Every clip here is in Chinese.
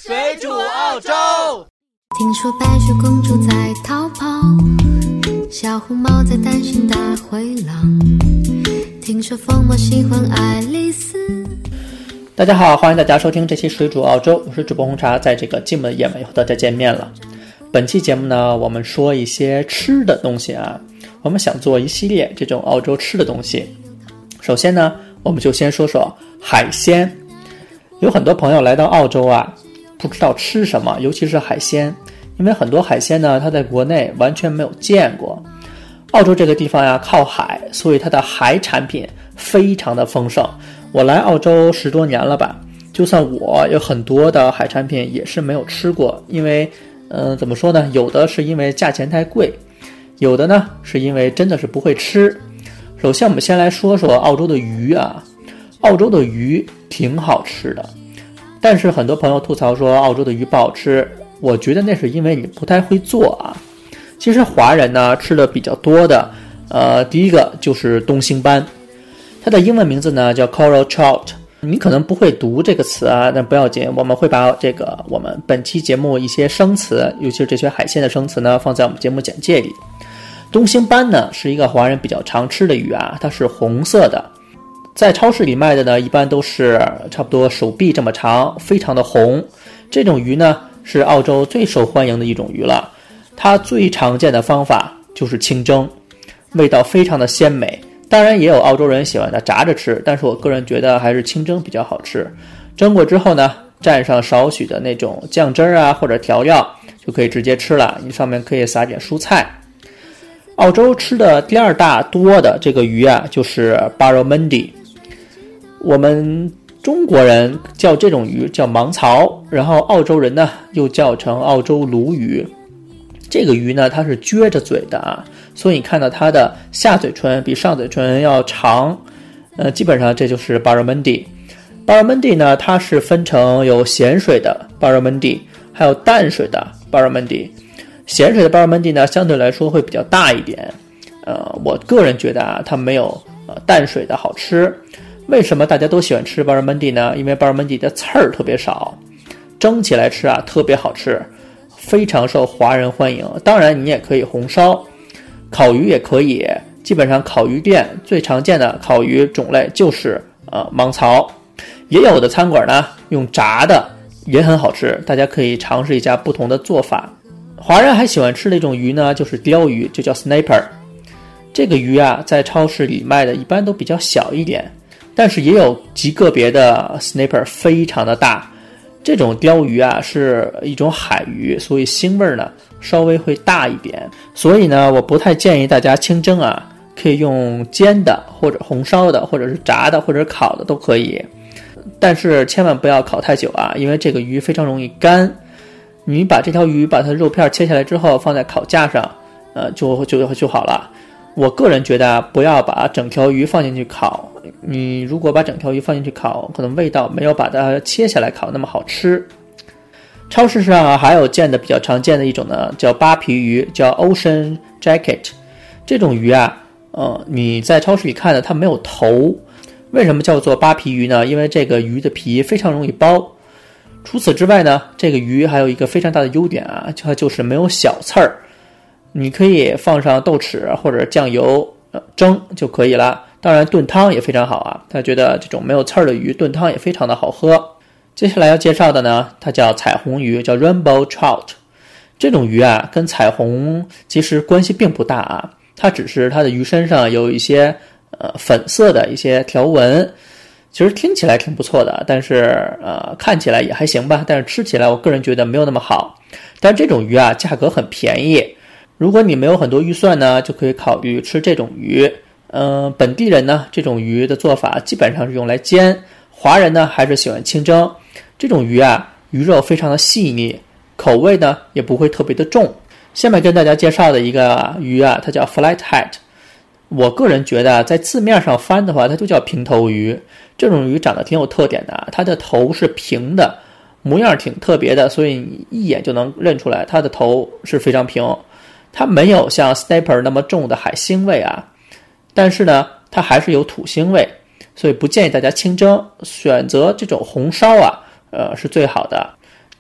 水煮澳洲。 听说白雪公主在逃跑，小红帽在担心大灰狼，听说疯魔喜欢爱丽丝。 大家好，欢迎大家收听这期水煮澳洲，我是主播红茶，在这个寂寞的夜晚又和大家见面了。本期节目呢，我们说一些吃的东西啊，我们想做一系列这种澳洲吃的东西。首先呢，我们就先说说海鲜。有很多朋友来到澳洲啊，不知道吃什么，尤其是海鲜，因为很多海鲜呢，它在国内完全没有见过。澳洲这个地方呀，靠海，所以它的海产品非常的丰盛。我来澳洲10多年了吧，就算我有很多的海产品也是没有吃过，因为怎么说呢，有的是因为价钱太贵，有的呢是因为真的是不会吃。首先我们先来说说澳洲的鱼啊，澳洲的鱼挺好吃的，但是很多朋友吐槽说澳洲的鱼不好吃，我觉得那是因为你不太会做啊。其实华人呢吃的比较多的第一个就是东星斑，它的英文名字呢叫 Coral Trout， 你可能不会读这个词啊，但不要紧，我们会把我们本期节目一些生词，尤其是这些海鲜的生词呢放在我们节目简介里。东星斑呢是一个华人比较常吃的鱼啊，它是红色的，在超市里卖的呢一般都是差不多手臂这么长，非常的红。这种鱼呢是澳洲最受欢迎的一种鱼了，它最常见的方法就是清蒸，味道非常的鲜美。当然也有澳洲人喜欢它炸着吃，但是我个人觉得还是清蒸比较好吃。蒸过之后呢，蘸上少许的那种酱汁啊或者调料，就可以直接吃了，你上面可以撒点蔬菜。澳洲吃的第二大多的这个鱼啊，就是 barramundi。我们中国人叫这种鱼叫芒草，然后澳洲人呢又叫成澳洲鲈鱼。这个鱼呢它是撅着嘴的啊，所以你看到它的下嘴唇比上嘴唇要长，基本上这就是 barramundi。barramundi 呢它是分成有咸水的 barramundi 还有淡水的 barramundi。咸水的 barramundi 呢相对来说会比较大一点，我个人觉得啊它没有淡水的好吃。为什么大家都喜欢吃 barramundi 呢？因为 barramundi 的刺儿特别少，蒸起来吃啊特别好吃，非常受华人欢迎。当然你也可以红烧，烤鱼也可以，基本上烤鱼店最常见的烤鱼种类就是芒草。也有的餐馆呢用炸的也很好吃，大家可以尝试一下不同的做法。华人还喜欢吃的一种鱼呢就是鲷鱼，就叫 snapper。 这个鱼啊在超市里卖的一般都比较小一点，但是也有极个别的 snapper 非常的大。这种鲷鱼啊是一种海鱼，所以腥味呢稍微会大一点，所以呢我不太建议大家清蒸啊，可以用煎的或者红烧的或者是炸的或者烤的都可以，但是千万不要烤太久啊，因为这个鱼非常容易干。你把这条鱼把它的肉片切下来之后放在烤架上就好了。我个人觉得不要把整条鱼放进去烤，你如果把整条鱼放进去烤，可能味道没有把它切下来烤那么好吃。超市上还有见的比较常见的一种呢叫扒皮鱼，叫 Ocean Jacket。 这种鱼啊你在超市里看的它没有头。为什么叫做扒皮鱼呢？因为这个鱼的皮非常容易剥。除此之外呢，这个鱼还有一个非常大的优点啊，它就是没有小刺儿。你可以放上豆豉或者酱油蒸就可以了，当然炖汤也非常好啊，他觉得这种没有刺儿的鱼炖汤也非常的好喝。接下来要介绍的呢，它叫彩虹鱼，叫 Rainbow Trout。 这种鱼啊跟彩虹其实关系并不大啊，它只是它的鱼身上有一些粉色的一些条纹，其实听起来挺不错的，但是看起来也还行吧，但是吃起来我个人觉得没有那么好。但这种鱼啊价格很便宜，如果你没有很多预算呢，就可以考虑吃这种鱼。本地人呢这种鱼的做法基本上是用来煎，华人呢还是喜欢清蒸。这种鱼啊鱼肉非常的细腻，口味呢也不会特别的重。下面跟大家介绍的一个鱼啊，它叫 Flathead。我个人觉得在字面上翻的话它就叫平头鱼。这种鱼长得挺有特点的，它的头是平的，模样挺特别的，所以你一眼就能认出来它的头是非常平。它没有像 snapper 那么重的海腥味啊，但是呢它还是有土腥味，所以不建议大家清蒸，选择这种红烧啊是最好的。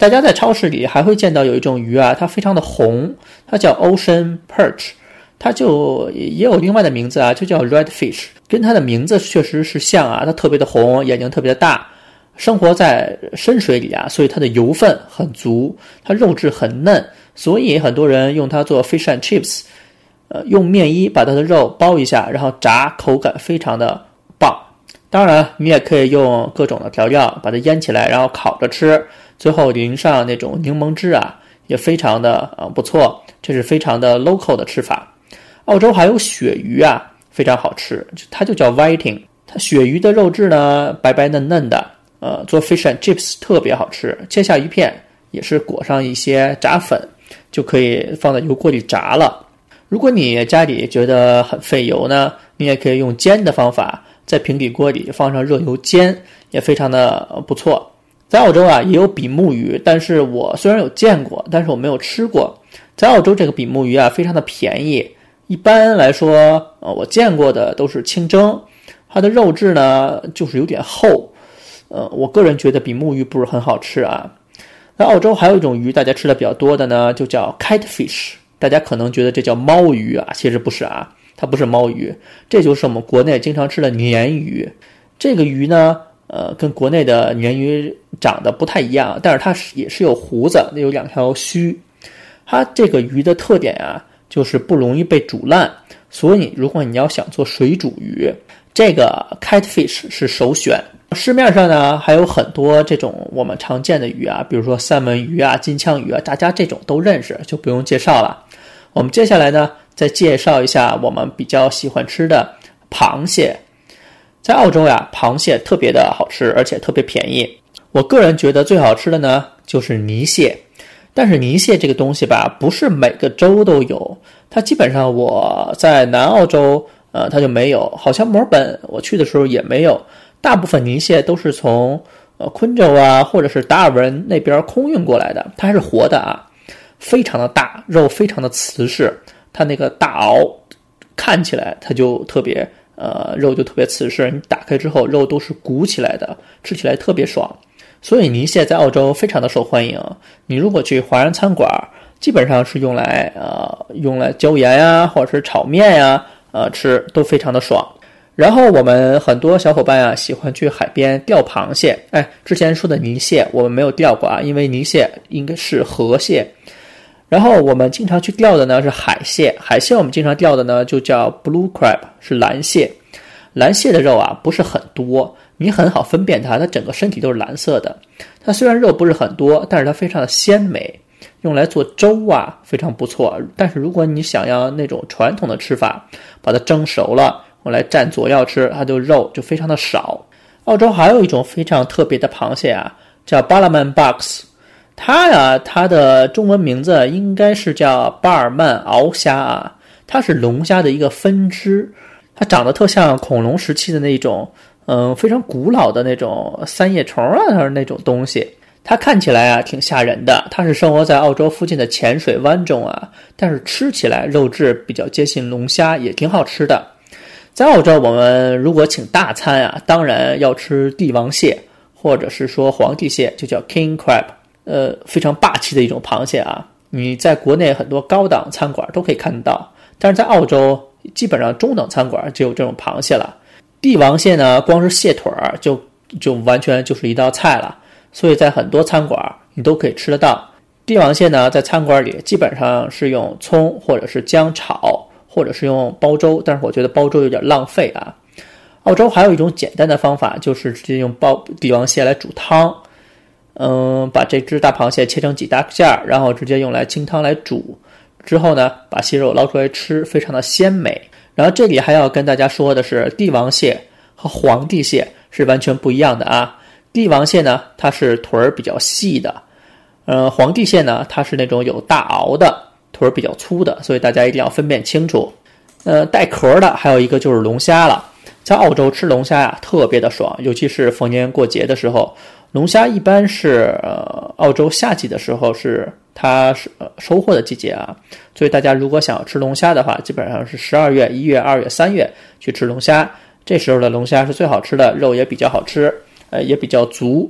大家在超市里还会见到有一种鱼啊，它非常的红，它叫 Ocean Perch， 它就也有另外的名字啊，就叫 Redfish， 跟它的名字确实是像啊，它特别的红，眼睛特别的大，生活在深水里啊，所以它的油分很足，它肉质很嫩，所以很多人用它做 fish and chips，用面衣把它的肉包一下，然后炸，口感非常的棒。当然你也可以用各种的调料把它腌起来，然后烤着吃，最后淋上那种柠檬汁啊，也非常的不错，这是非常的 local 的吃法。澳洲还有鳕鱼啊，非常好吃，它就叫 whiting， 它鳕鱼的肉质呢白白嫩嫩的，做 fish and chips 特别好吃，切下鱼片也是裹上一些炸粉，就可以放在油锅里炸了。如果你家里觉得很费油呢，你也可以用煎的方法，在平底锅里放上热油煎，也非常的不错。在澳洲啊也有比目鱼，但是我虽然有见过，但是我没有吃过。在澳洲这个比目鱼啊非常的便宜，一般来说我见过的都是清蒸，它的肉质呢就是有点厚，我个人觉得比目鱼不是很好吃啊。在澳洲还有一种鱼大家吃的比较多的呢，就叫 catfish， 大家可能觉得这叫猫鱼啊，其实不是啊，它不是猫鱼，这就是我们国内经常吃的鲶鱼。这个鱼呢跟国内的鲶鱼长得不太一样，但是它也是有胡子，有两条须。它这个鱼的特点啊，就是不容易被煮烂，所以如果你要想做水煮鱼，这个 catfish 是首选。市面上呢还有很多这种我们常见的鱼啊，比如说三文鱼啊、金枪鱼啊，大家这种都认识，就不用介绍了。我们接下来呢再介绍一下我们比较喜欢吃的螃蟹。在澳洲呀，螃蟹特别的好吃，而且特别便宜。我个人觉得最好吃的呢就是泥蟹，但是泥蟹这个东西吧，不是每个州都有，它基本上我在南澳洲它就没有，好像墨尔本我去的时候也没有。大部分泥蟹都是从昆州啊或者是达尔文那边空运过来的，它还是活的啊，非常的大，肉非常的瓷实，它那个大螯看起来它就特别肉就特别瓷实，你打开之后肉都是鼓起来的，吃起来特别爽。所以泥蟹在澳洲非常的受欢迎。你如果去华人餐馆，基本上是用来椒盐呀，或者是炒面呀，吃都非常的爽。然后我们很多小伙伴啊喜欢去海边钓螃蟹，之前说的泥蟹我们没有钓过啊，因为泥蟹应该是河蟹。然后我们经常去钓的呢是海蟹，海蟹我们经常钓的呢就叫 blue crab， 是蓝蟹。蓝蟹的肉啊不是很多，你很好分辨它整个身体都是蓝色的。它虽然肉不是很多，但是它非常的鲜美，用来做粥啊非常不错。但是如果你想要那种传统的吃法，把它蒸熟了用来蘸佐料吃，它就肉就非常的少。澳洲还有一种非常特别的螃蟹啊，叫 Ballerman Bugs， 它的中文名字应该是叫巴尔曼鳌虾啊，它是龙虾的一个分支，它长得特像恐龙时期的那种非常古老的那种三叶虫啊那种东西。它看起来啊挺吓人的，它是生活在澳洲附近的浅水湾中啊，但是吃起来肉质比较接近龙虾，也挺好吃的。在澳洲我们如果请大餐啊，当然要吃帝王蟹，或者是说皇帝蟹，就叫 king crab， 非常霸气的一种螃蟹啊。你在国内很多高档餐馆都可以看到，但是在澳洲基本上中等餐馆就有这种螃蟹了。帝王蟹呢，光是蟹腿就完全就是一道菜了，所以在很多餐馆你都可以吃得到。帝王蟹呢，在餐馆里基本上是用葱或者是姜炒，或者是用煲粥，但是我觉得煲粥有点浪费啊。澳洲还有一种简单的方法，就是直接用帝王蟹来煮汤。把这只大螃蟹切成几大件，然后直接用来清汤来煮，之后呢，把蟹肉捞出来吃，非常的鲜美。然后这里还要跟大家说的是，帝王蟹和皇帝蟹是完全不一样的啊。帝王蟹呢，它是腿儿比较细的，皇帝蟹呢，它是那种有大螯的，腿儿比较粗的，所以大家一定要分辨清楚。带壳的还有一个就是龙虾了。在澳洲吃龙虾呀，特别的爽，尤其是逢年过节的时候。龙虾一般是澳洲夏季的时候是它收获的季节啊，所以大家如果想要吃龙虾的话，基本上是12月、1月、2月、3月去吃龙虾，这时候的龙虾是最好吃的，肉也比较好吃，也比较足。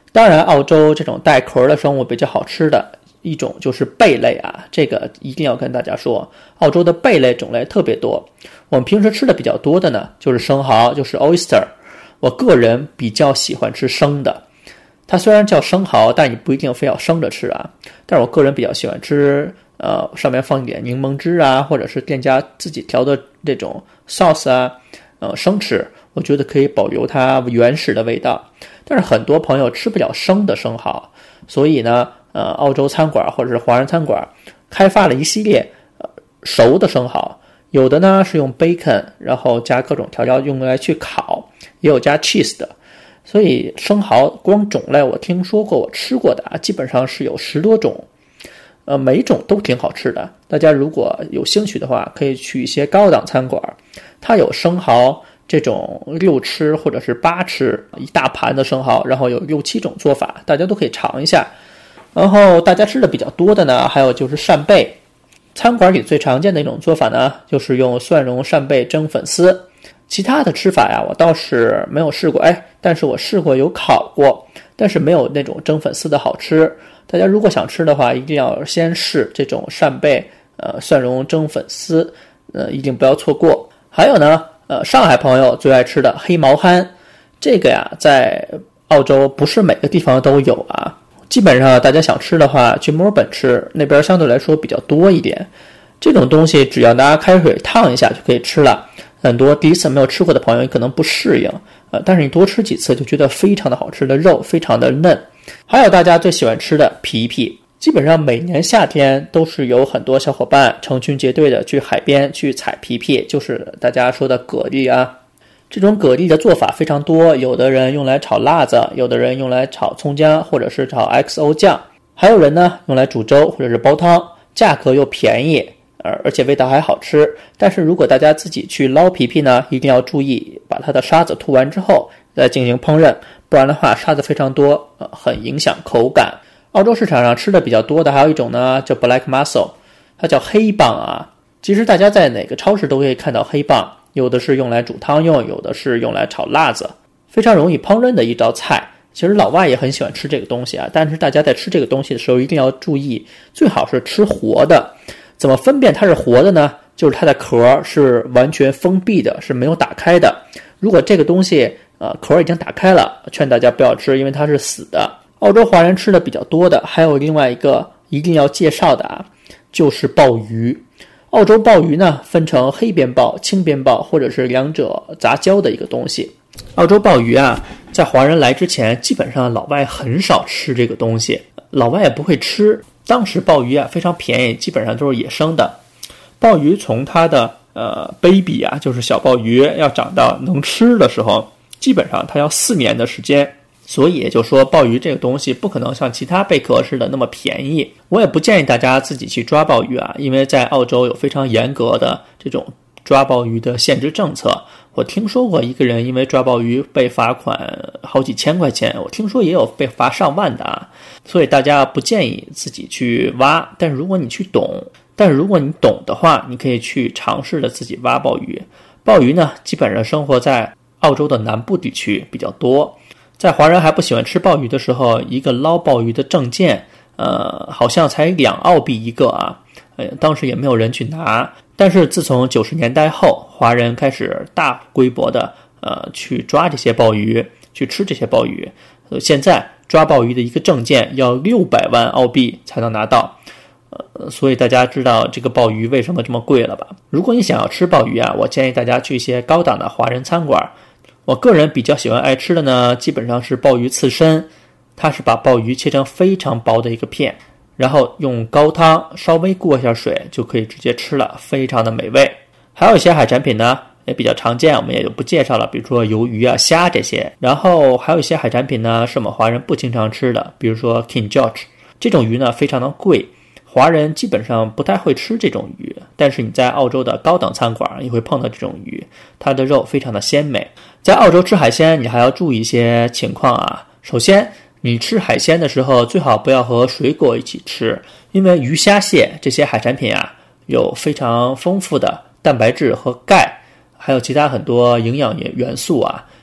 当然澳洲这种带壳的生物比较好吃的一种就是贝类啊，这个一定要跟大家说，澳洲的贝类种类特别多。我们平时吃的比较多的呢就是生蚝，就是 oyster。 我个人比较喜欢吃生的，它虽然叫生蚝，但你不一定非要生着吃啊。但是我个人比较喜欢吃上面放一点柠檬汁啊，或者是店家自己调的这种 sauce 啊，生吃，我觉得可以保留它原始的味道。但是很多朋友吃不了生的生蚝，所以呢澳洲餐馆或者是华人餐馆开发了一系列熟的生蚝，有的呢是用 bacon 然后加各种调料用来去烤，也有加 cheese 的。所以生蚝光种类我听说过，我吃过的基本上是有10多种，每种都挺好吃的。大家如果有兴趣的话，可以去一些高档餐馆，它有生蚝这种6吃或者是8吃一大盘的生蚝，然后有6、7种做法，大家都可以尝一下。然后大家吃的比较多的呢，还有就是扇贝。餐馆里最常见的一种做法呢，就是用蒜蓉扇贝蒸粉丝。其他的吃法呀，我倒是没有试过，但是我试过有烤过，但是没有那种蒸粉丝的好吃。大家如果想吃的话，一定要先试这种扇贝蒜蓉蒸粉丝，一定不要错过。还有呢，上海朋友最爱吃的黑毛蚶，这个呀在澳洲不是每个地方都有啊。基本上大家想吃的话，去墨尔本吃，那边相对来说比较多一点。这种东西只要拿开水烫一下就可以吃了。很多第一次没有吃过的朋友可能不适应，但是你多吃几次就觉得非常的好吃，的肉非常的嫩。还有大家最喜欢吃的皮皮，基本上每年夏天都是有很多小伙伴成群结队的去海边去采皮皮，就是大家说的蛤蜊啊。这种蛤蜊的做法非常多，有的人用来炒辣子，有的人用来炒葱姜或者是炒 XO 酱，还有人呢用来煮粥或者是煲汤，价格又便宜，而且味道还好吃。但是如果大家自己去捞皮皮呢，一定要注意把它的沙子吐完之后再进行烹饪，不然的话沙子非常多，很影响口感。澳洲市场上吃的比较多的还有一种呢叫 Black Mussel， 它叫黑蚌啊。其实大家在哪个超市都可以看到黑蚌，有的是用来煮汤用，有的是用来炒辣子，非常容易烹饪的一道菜。其实老外也很喜欢吃这个东西啊，但是大家在吃这个东西的时候一定要注意，最好是吃活的。怎么分辨它是活的呢？就是它的壳是完全封闭的，是没有打开的。如果这个东西壳已经打开了，劝大家不要吃，因为它是死的。澳洲华人吃的比较多的还有另外一个一定要介绍的就是鲍鱼。澳洲鲍鱼呢分成黑边鲍、青边鲍或者是两者杂交的一个东西。澳洲鲍鱼在华人来之前，基本上老外很少吃这个东西，老外也不会吃。当时鲍鱼非常便宜，基本上都是野生的。鲍鱼从它的baby 就是小鲍鱼要长到能吃的时候，基本上它要4年的时间。所以也就是说，鲍鱼这个东西不可能像其他贝壳似的那么便宜。我也不建议大家自己去抓鲍鱼因为在澳洲有非常严格的这种抓鲍鱼的限制政策。我听说过一个人因为抓鲍鱼被罚款好几千块钱，我听说也有被罚上万的所以大家不建议自己去挖。但是如果你懂的话，你可以去尝试着自己挖鲍鱼。鲍鱼呢，基本上生活在澳洲的南部地区比较多。在华人还不喜欢吃鲍鱼的时候，一个捞鲍鱼的证件好像才2澳币一个当时也没有人去拿。但是自从90年代后，华人开始大规模的去抓这些鲍鱼，去吃这些鲍鱼。现在抓鲍鱼的一个证件要600万澳币才能拿到。所以大家知道这个鲍鱼为什么这么贵了吧？如果你想要吃鲍鱼我建议大家去一些高档的华人餐馆。我个人比较喜欢爱吃的呢，基本上是鲍鱼刺身。它是把鲍鱼切成非常薄的一个片，然后用高汤稍微过一下水就可以直接吃了，非常的美味。还有一些海产品呢也比较常见，我们也就不介绍了，比如说鱿鱼虾这些。然后还有一些海产品呢是我们华人不经常吃的，比如说 King George 这种鱼呢非常的贵，华人基本上不太会吃这种鱼，但是你在澳洲的高档餐馆也会碰到这种鱼，它的肉非常的鲜美。在澳洲吃海鲜你还要注意一些情况首先你吃海鲜的时候最好不要和水果一起吃，因为鱼虾蟹这些海产品有非常丰富的蛋白质和钙，还有其他很多营养元素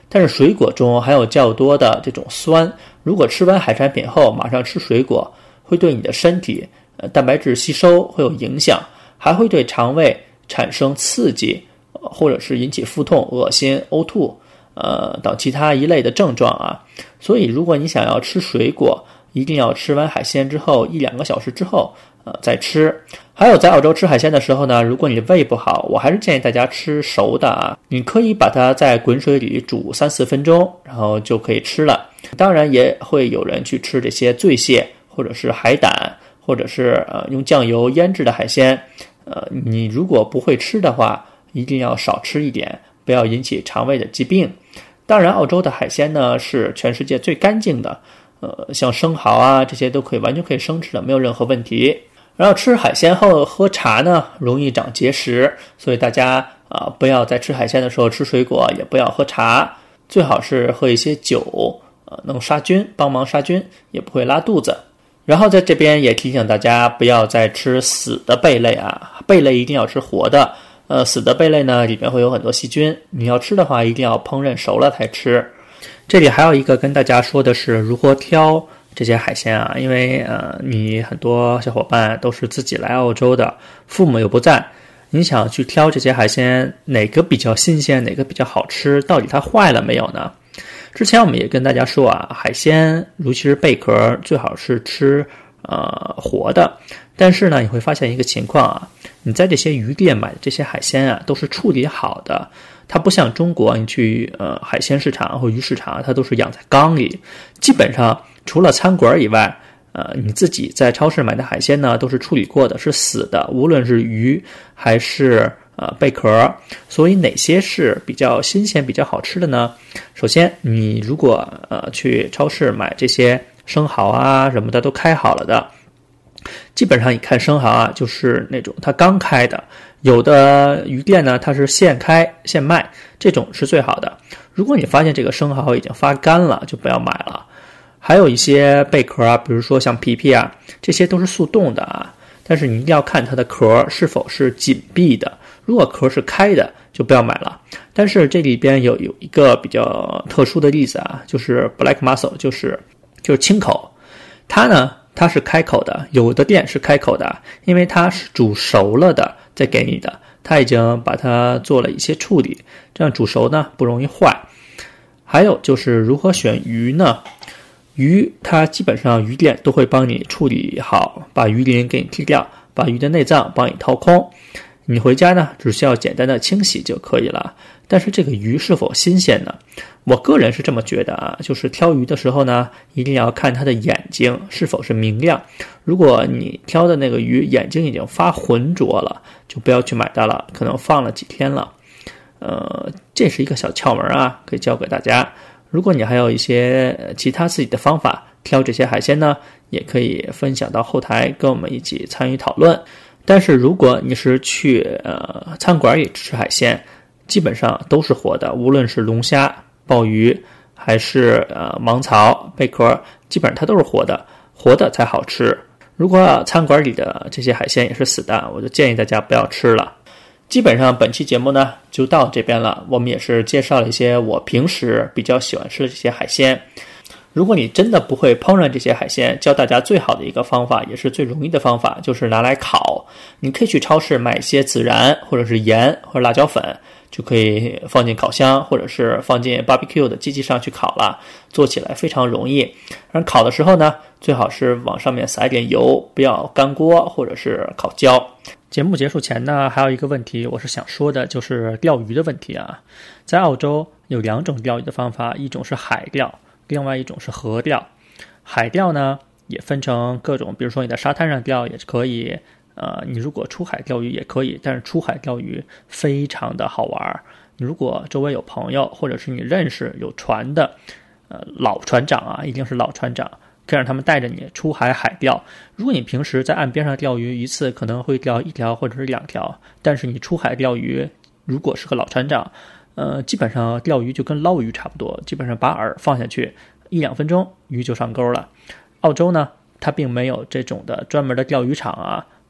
但是水果中含有较多的这种酸，如果吃完海产品后马上吃水果，会对你的身体蛋白质吸收会有影响，还会对肠胃产生刺激，或者是引起腹痛、恶心、呕吐等其他一类的症状啊。所以如果你想要吃水果，一定要吃完海鲜之后1-2个小时之后再吃。还有在澳洲吃海鲜的时候呢，如果你胃不好，我还是建议大家吃熟的啊。你可以把它在滚水里煮3-4分钟，然后就可以吃了。当然也会有人去吃这些醉蟹或者是海胆，或者是用酱油腌制的海鲜。你如果不会吃的话，一定要少吃一点，不要引起肠胃的疾病。当然澳洲的海鲜呢是全世界最干净的，像生蚝啊这些都可以完全可以生吃的，没有任何问题。然后吃海鲜后喝茶呢容易长结石，所以大家不要在吃海鲜的时候吃水果，也不要喝茶，最好是喝一些酒，能杀菌，帮忙杀菌，也不会拉肚子。然后在这边也提醒大家不要再吃死的贝类啊，贝类一定要吃活的。死的贝类呢里面会有很多细菌，你要吃的话一定要烹饪熟了才吃。这里还有一个跟大家说的是如何挑这些海鲜啊，因为你很多小伙伴都是自己来澳洲的，父母又不在，你想去挑这些海鲜哪个比较新鲜，哪个比较好吃，到底它坏了没有呢？之前我们也跟大家说啊，海鲜尤其是贝壳最好是吃活的。但是呢你会发现一个情况啊，你在这些鱼店买的这些海鲜啊都是处理好的，它不像中国你去海鲜市场或鱼市场，它都是养在缸里，基本上除了餐馆以外你自己在超市买的海鲜呢都是处理过的，是死的，无论是鱼还是贝壳。所以哪些是比较新鲜比较好吃的呢？首先你如果去超市买这些生蚝啊什么的都开好了的，基本上你看生蚝啊就是那种它刚开的，有的鱼店呢它是现开现卖，这种是最好的。如果你发现这个生蚝已经发干了就不要买了。还有一些贝壳啊，比如说像皮皮啊，这些都是速冻的啊，但是你一定要看它的壳是否是紧闭的，如果壳是开的就不要买了。但是这里边有一个比较特殊的例子啊，就是 Black Mussel， 就是青口，它是开口的，有的店是开口的，因为它是煮熟了的再给你的，它已经把它做了一些处理，这样煮熟呢不容易坏。还有就是如何选鱼呢？鱼它基本上鱼店都会帮你处理好，把鱼鳞给你剔掉，把鱼的内脏帮你掏空，你回家呢只需要简单的清洗就可以了。但是这个鱼是否新鲜呢？我个人是这么觉得啊，就是挑鱼的时候呢一定要看它的眼睛是否是明亮，如果你挑的那个鱼眼睛已经发浑浊了，就不要去买它了，可能放了几天了。这是一个小窍门啊，可以教给大家。如果你还有一些其他自己的方法挑这些海鲜呢，也可以分享到后台跟我们一起参与讨论。但是如果你是去餐馆里吃海鲜，基本上都是活的，无论是龙虾、鲍鱼还是芒草、贝壳，基本上它都是活的，活的才好吃。如果餐馆里的这些海鲜也是死的，我就建议大家不要吃了。基本上本期节目呢就到这边了，我们也是介绍了一些我平时比较喜欢吃的这些海鲜。如果你真的不会烹饪这些海鲜，教大家最好的一个方法，也是最容易的方法，就是拿来烤。你可以去超市买一些孜然或者是盐或者辣椒粉，就可以放进烤箱或者是放进 barbecue 的机器上去烤了，做起来非常容易。然后烤的时候呢，最好是往上面撒一点油，不要干锅或者是烤焦。节目结束前呢，还有一个问题我是想说的，就是钓鱼的问题啊。在澳洲有2种钓鱼的方法，一种是海钓，另外一种是河钓。海钓呢也分成各种，比如说你在沙滩上钓也可以，你如果出海钓鱼也可以，但是出海钓鱼非常的好玩。你如果周围有朋友，或者是你认识有船的老船长啊，一定是老船长，可以让他们带着你出海钓。如果你平时在岸边上钓鱼，一次可能会钓1条或者是2条，但是你出海钓鱼，如果是个老船长，基本上钓鱼就跟捞鱼差不多，基本上把饵放下去1-2分钟鱼就上钩了。澳洲呢它并没有这种的专门的钓鱼场啊，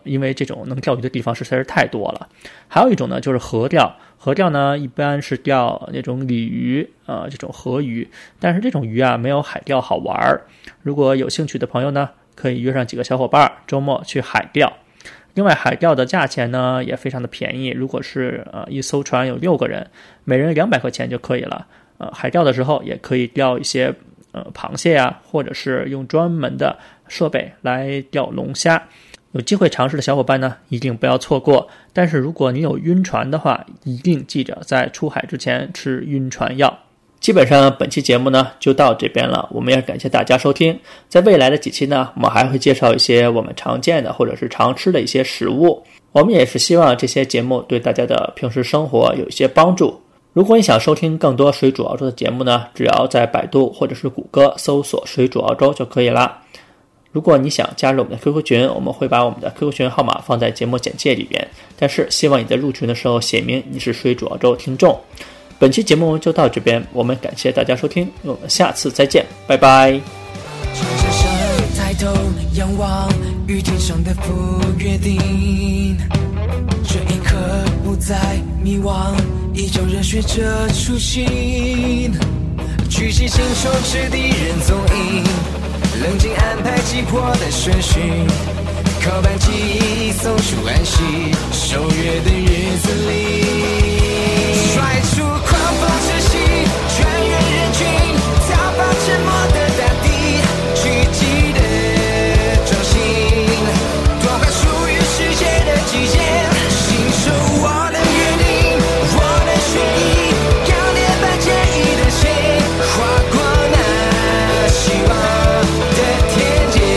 因为这种能钓鱼的地方实在是太多了。还有一种呢就是河钓，河钓呢一般是钓那种鲤鱼这种河鱼，但是这种鱼啊没有海钓好玩。如果有兴趣的朋友呢，可以约上几个小伙伴周末去海钓。另外海钓的价钱呢也非常的便宜，如果是一艘船有6个人，每人200块钱就可以了。海钓的时候也可以钓一些螃蟹呀，或者是用专门的设备来钓龙虾。有机会尝试的小伙伴呢一定不要错过。但是如果你有晕船的话，一定记着在出海之前吃晕船药。基本上本期节目呢就到这边了，我们也感谢大家收听。在未来的几期呢，我们还会介绍一些我们常见的或者是常吃的一些食物。我们也是希望这些节目对大家的平时生活有一些帮助。如果你想收听更多水煮澳洲的节目呢，只要在百度或者是谷歌搜索水煮澳洲就可以了。如果你想加入我们的 QQ 群，我们会把我们的 QQ 群号码放在节目简介里边，但是希望你在入群的时候写明你是水煮澳洲听众。本期节目就到这边，我们感谢大家收听，我们下次再见，拜拜。 抬头仰望雨天上的赴约定，这一刻不再迷惘，依旧热血着初心，举起金手指敌人踪影，冷静安排击破的顺序，靠板记忆送出安息，守约的日子里，甩出狂风之息，穿越人群，逃跑沉默的大地，聚集的中心，夺回属于世界的极限，信守我的约定，我的血液，钢铁般坚毅的心，划过那希望的天际。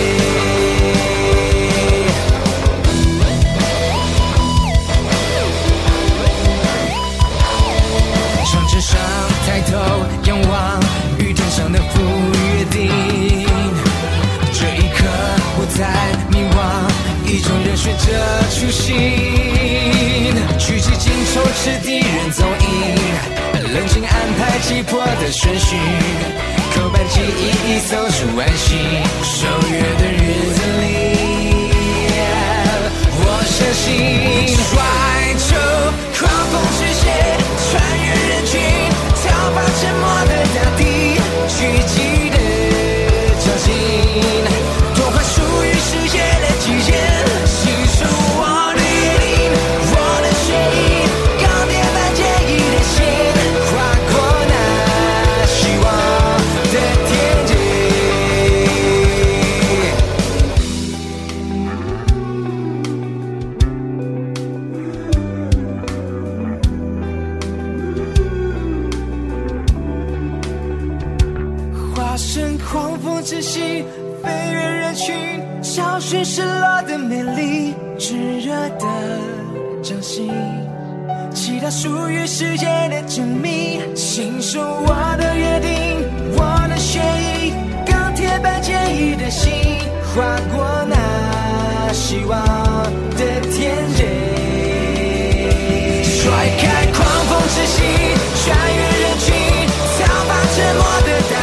船只上抬头仰望雨天上的赴约定，这一刻不再迷惘，一种热血着初心，举起金手指敌人踪影，冷静安排击破的顺序，扣板记忆搜出安息，守约的日子里，我相信甩出狂风之线，穿越人群，逃跑沉默的大地，聚集的交集，夺回属于世界的极限，信守我的约定，我的血液，钢铁般坚毅的心，划过那希望的天际。化身狂风之息，飞越人群，找寻失落的美丽，炙热的掌心，祈祷属于世界的证明，信守我的约定，我的血液，钢铁般坚毅的心，划过那希望的天际，甩开狂风之息，穿越人群，逃跑沉默的大